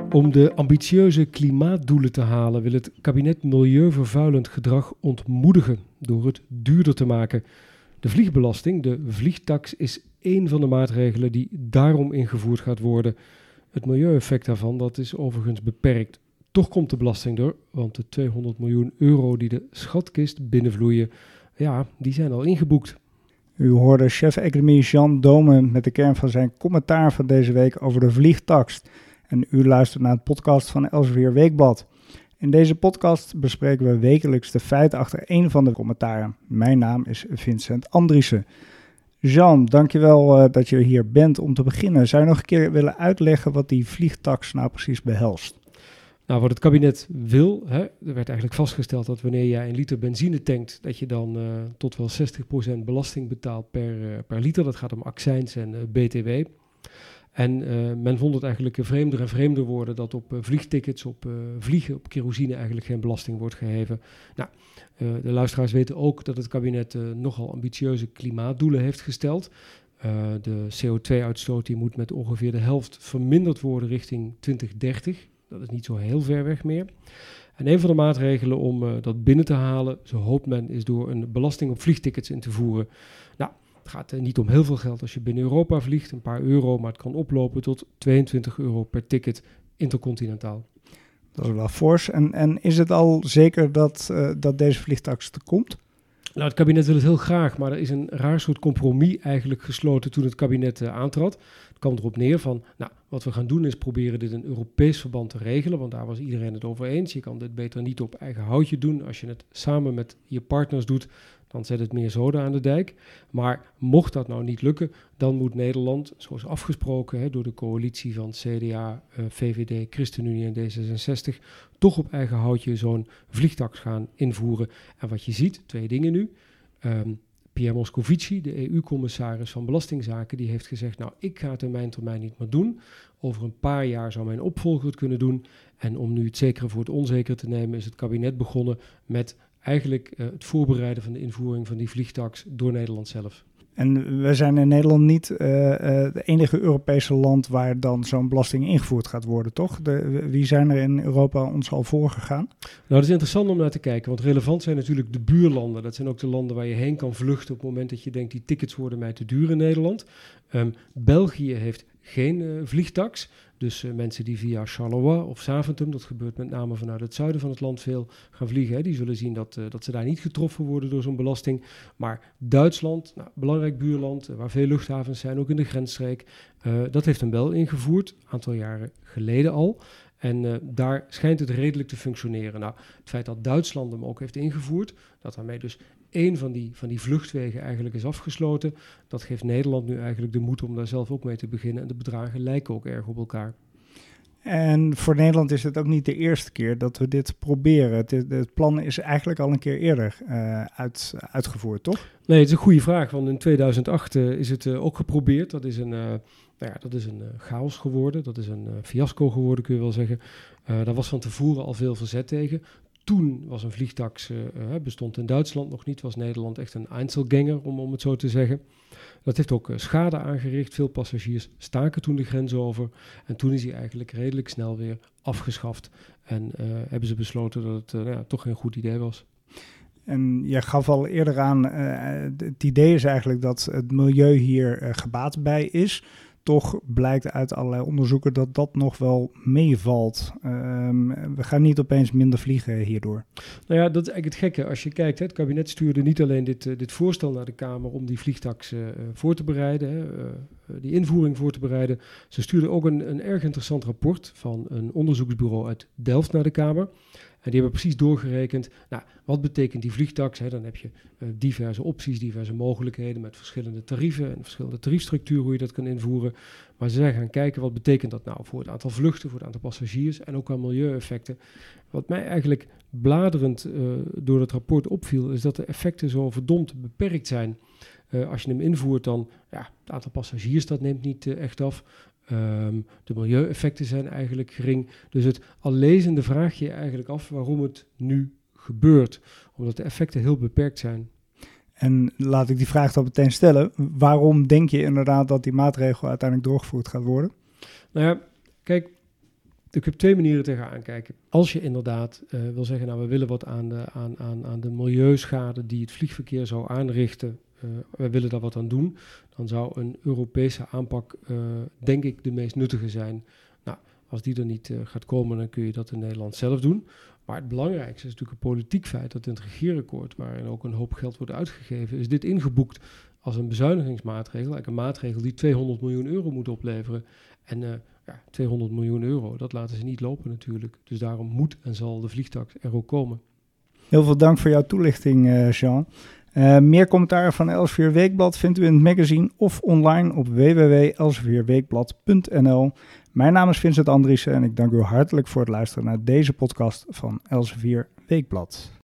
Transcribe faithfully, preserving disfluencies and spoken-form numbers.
Om de ambitieuze klimaatdoelen te halen wil het kabinet milieuvervuilend gedrag ontmoedigen door het duurder te maken. De vliegbelasting, de vliegtax, is één van de maatregelen die daarom ingevoerd gaat worden. Het milieueffect daarvan dat is overigens beperkt. Toch komt de belasting door, want de tweehonderd miljoen euro die de schatkist binnenvloeien, ja, die zijn al ingeboekt. U hoorde chef-economie Jean Domen met de kern van zijn commentaar van deze week over de vliegtax. En u luistert naar het podcast van Elsevier Weekblad. In deze podcast bespreken we wekelijks de feiten achter één van de commentaren. Mijn naam is Vincent Andriessen. Jean, dankjewel uh, dat je hier bent. Om te beginnen, zou je nog een keer willen uitleggen wat die vliegtax nou precies behelst? Nou, wat het kabinet wil, hè, er werd eigenlijk vastgesteld dat wanneer jij een liter benzine tankt, dat je dan uh, tot wel zestig procent belasting betaalt per, uh, per liter. Dat gaat om accijns en uh, B T W. En uh, men vond het eigenlijk vreemder en vreemder worden dat op uh, vliegtickets, op uh, vliegen, op kerosine eigenlijk geen belasting wordt geheven. Nou, uh, de luisteraars weten ook dat het kabinet uh, nogal ambitieuze klimaatdoelen heeft gesteld. Uh, de C O twee uitstoot die moet met ongeveer de helft verminderd worden richting twintig dertig. Dat is niet zo heel ver weg meer. En een van de maatregelen om uh, dat binnen te halen, zo hoopt men, is door een belasting op vliegtickets in te voeren. Nou, het gaat uh, niet om heel veel geld als je binnen Europa vliegt, een paar euro, maar het kan oplopen tot tweeëntwintig euro per ticket intercontinentaal. Dat is wel fors. En, en is het al zeker dat, uh, dat deze vliegtax er komt? Nou, het kabinet wil het heel graag, maar er is een raar soort compromis eigenlijk gesloten toen het kabinet uh, aantrad. Het kwam erop neer van, nou, wat we gaan doen is proberen dit in Europees verband te regelen, want daar was iedereen het over eens. Je kan dit beter niet op eigen houtje doen. Als je het samen met je partners doet, dan zet het meer zoden aan de dijk. Maar mocht dat nou niet lukken, dan moet Nederland, zoals afgesproken hè, door de coalitie van C D A, uh, V V D, ChristenUnie en D zesenzestig, toch op eigen houtje zo'n vliegtax gaan invoeren. En wat je ziet, twee dingen nu. Um, Pierre Moscovici, de E U-commissaris van Belastingzaken, die heeft gezegd, nou, ik ga het in mijn termijn niet meer doen. Over een paar jaar zou mijn opvolger het kunnen doen. En om nu het zekere voor het onzekere te nemen, is het kabinet begonnen met eigenlijk uh, het voorbereiden van de invoering van die vliegtax door Nederland zelf. En we zijn in Nederland niet uh, uh, het enige Europese land waar dan zo'n belasting ingevoerd gaat worden, toch? De, wie zijn er in Europa ons al voorgegaan? Nou, dat is interessant om naar te kijken, want relevant zijn natuurlijk de buurlanden. Dat zijn ook de landen waar je heen kan vluchten op het moment dat je denkt, die tickets worden mij te duur in Nederland. Um, België heeft geen uh, vliegtax. Dus uh, mensen die via Charleroi of Zaventem, dat gebeurt met name vanuit het zuiden van het land veel, gaan vliegen, hè, die zullen zien dat, uh, dat ze daar niet getroffen worden door zo'n belasting. Maar Duitsland, nou, belangrijk buurland, uh, waar veel luchthavens zijn, ook in de grensstreek, uh, dat heeft hem wel ingevoerd, een aantal jaren geleden al. En uh, daar schijnt het redelijk te functioneren. Nou, het feit dat Duitsland hem ook heeft ingevoerd, dat daarmee dus één van die, van die vluchtwegen eigenlijk is afgesloten, dat geeft Nederland nu eigenlijk de moed om daar zelf ook mee te beginnen. En de bedragen lijken ook erg op elkaar. En voor Nederland is het ook niet de eerste keer dat we dit proberen. Het, het plan is eigenlijk al een keer eerder uh, uit, uitgevoerd, toch? Nee, het is een goede vraag, want in tweeduizend acht uh, is het uh, ook geprobeerd. Dat is een, uh, nou ja, dat is een uh, chaos geworden, dat is een uh, fiasco geworden, kun je wel zeggen. Uh, daar was van tevoren al veel verzet tegen. Toen was een vliegtax, uh, uh, bestond in Duitsland nog niet, was Nederland echt een Einzelgänger, om, om het zo te zeggen. Dat heeft ook uh, schade aangericht. Veel passagiers staken toen de grens over. En toen is hij eigenlijk redelijk snel weer afgeschaft. En uh, hebben ze besloten dat het uh, nou ja, toch geen goed idee was. En je gaf al eerder aan, uh, het idee is eigenlijk dat het milieu hier uh, gebaat bij is. Toch blijkt uit allerlei onderzoeken dat dat nog wel meevalt. Um, we gaan niet opeens minder vliegen hierdoor. Nou ja, dat is eigenlijk het gekke. Als je kijkt, hè, het kabinet stuurde niet alleen dit, uh, dit voorstel naar de Kamer om die vliegtax uh, voor te bereiden, hè, uh, die invoering voor te bereiden. Ze stuurden ook een, een erg interessant rapport van een onderzoeksbureau uit Delft naar de Kamer. En die hebben precies doorgerekend, nou, wat betekent die vliegtax? Hè? Dan heb je uh, diverse opties, diverse mogelijkheden met verschillende tarieven en verschillende tariefstructuren hoe je dat kan invoeren. Maar ze zijn gaan kijken, wat betekent dat nou voor het aantal vluchten, voor het aantal passagiers en ook aan milieueffecten. Wat mij eigenlijk bladerend uh, door het rapport opviel, is dat de effecten zo verdomd beperkt zijn. Uh, als je hem invoert, dan, ja, het aantal passagiers, dat neemt niet uh, echt af. Um, de milieueffecten zijn eigenlijk gering. Dus het al lezende vraag je eigenlijk af waarom het nu gebeurt. Omdat de effecten heel beperkt zijn. En laat ik die vraag dan meteen stellen. Waarom denk je inderdaad dat die maatregel uiteindelijk doorgevoerd gaat worden? Nou ja, kijk, Je kunt twee manieren tegenaan kijken. Als je inderdaad uh, wil zeggen, nou we willen wat aan de, aan, aan, aan de milieuschade die het vliegverkeer zou aanrichten, uh, wij willen daar wat aan doen, dan zou een Europese aanpak uh, denk ik de meest nuttige zijn. Nou, als die er niet uh, gaat komen, dan kun je dat in Nederland zelf doen. Maar het belangrijkste is natuurlijk een politiek feit dat in het regeerakkoord, waarin ook een hoop geld wordt uitgegeven, is dit ingeboekt als een bezuinigingsmaatregel, eigenlijk een maatregel die tweehonderd miljoen euro moet opleveren. En uh, ja, tweehonderd miljoen euro, dat laten ze niet lopen natuurlijk. Dus daarom moet en zal de vliegtax er ook komen. Heel veel dank voor jouw toelichting, uh, Jean. Uh, meer commentaar van Elsevier Weekblad vindt u in het magazine of online op w w w punt elsevier weekblad punt n l. Mijn naam is Vincent Andriessen en ik dank u hartelijk voor het luisteren naar deze podcast van Elsevier Weekblad.